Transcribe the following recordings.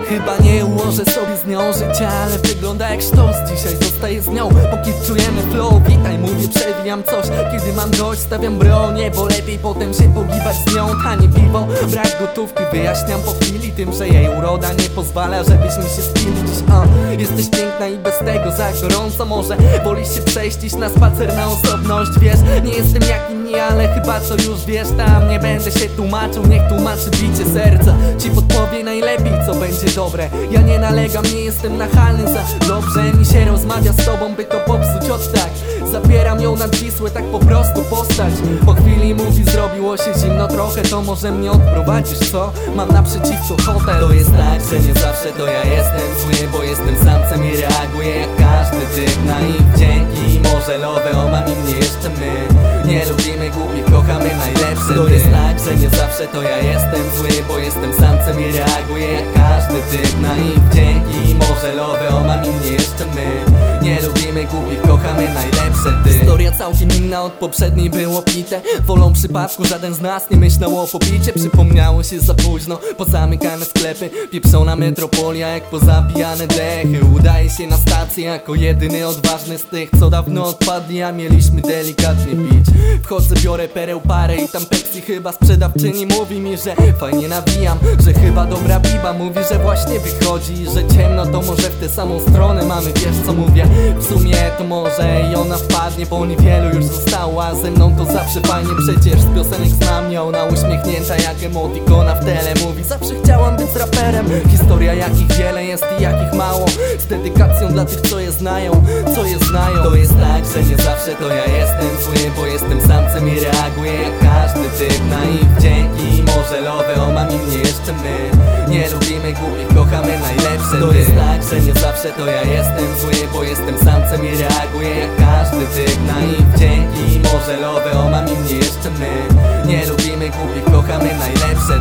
Chyba nie ułożę sobie z nią życia, ale wygląda jak sztos. Dzisiaj zostaję z nią, póki czujemy flow. Witaj, mówię, przewijam coś. Kiedy mam dość, stawiam bronię, bo lepiej potem się pogiwać z nią. Tanie piwo, brak gotówki, wyjaśniam po chwili tym, że jej uroda nie pozwala, żebyśmy się spili dziś. Jesteś piękna i bez tego za gorąco. Może wolisz się przejść, iść na spacer na osobność. Wiesz, nie jestem jak inni, ale chyba to już wiesz. Tam nie będę się tłumaczył, niech tłumaczy bicie serca. Ci podpowie najlepiej, co będzie dobre. Ja nie nalegam, nie jestem nachalny. Za dobrze mi się rozmawia z tobą, by to popsuć od tak. Zabieram ją nad Wisłę, tak po prostu postać. Po chwili mówi, zrobiło się zimno trochę. To może mnie odprowadzisz, co? Mam naprzeciwko hotel. To jest tak, że nie zawsze to ja jestem zły, bo jestem samcem i reaguję jak każdy typ na ich dzięki. Może love omami mnie jeszcze my. Nie lubimy głupich, kochamy najlepsze. To jest tak, że nie zawsze to ja jestem zły, bo jestem samcem i reaguję jak każdy typ na ich dzięki. Może love omami mnie jeszcze my. Nie lubimy głupich, kochamy najlepsze ty. Historia całkiem inna od poprzedniej, było pite. Wolą przypadku żaden z nas nie myślał o pobicie. Przypomniało się za późno, pozamykane sklepy, pieprzona metropolia jak pozabijane dechy. Udaje się na stację jako jedyny odważny z tych, co dawno odpadli, a mieliśmy delikatnie pić. Wchodzę, biorę pereł parę i tam Pepsi. Chyba sprzedawczyni mówi mi, że fajnie nawijam, że chyba dobra biba. Mówi, że właśnie wychodzi i że ciemno, to może w tę samą stronę mamy. Wiesz co mówię? W sumie to może i ona wpadnie, bo niewielu już zostało, a ze mną to zawsze fajnie. Przecież z piosenek znam ją, ona uśmiechnięta jak emotikona w tele. Mówi, zawsze chciałam być raperem. Historia jakich wiele jest i jakich mało, z dedykacją dla tych, co je znają, co je znają. To jest tak, że nie zawsze to ja jestem zły, bo jestem samcem i reaguję jak każdy typ na ich dzięki. Może love omami mnie jeszcze my. Nie lubimy głupich, kochamy najlepsze. To jest tak, że nie zawsze to ja jestem zły, bo jestem samcem i reaguję jak każdy typ na ich dzięki. Może love omami mnie jeszcze my. Nie lubimy głupich, kochamy najlepsze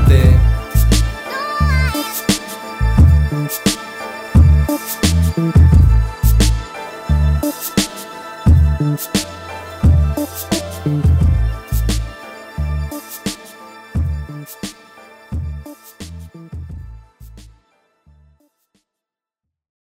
ty.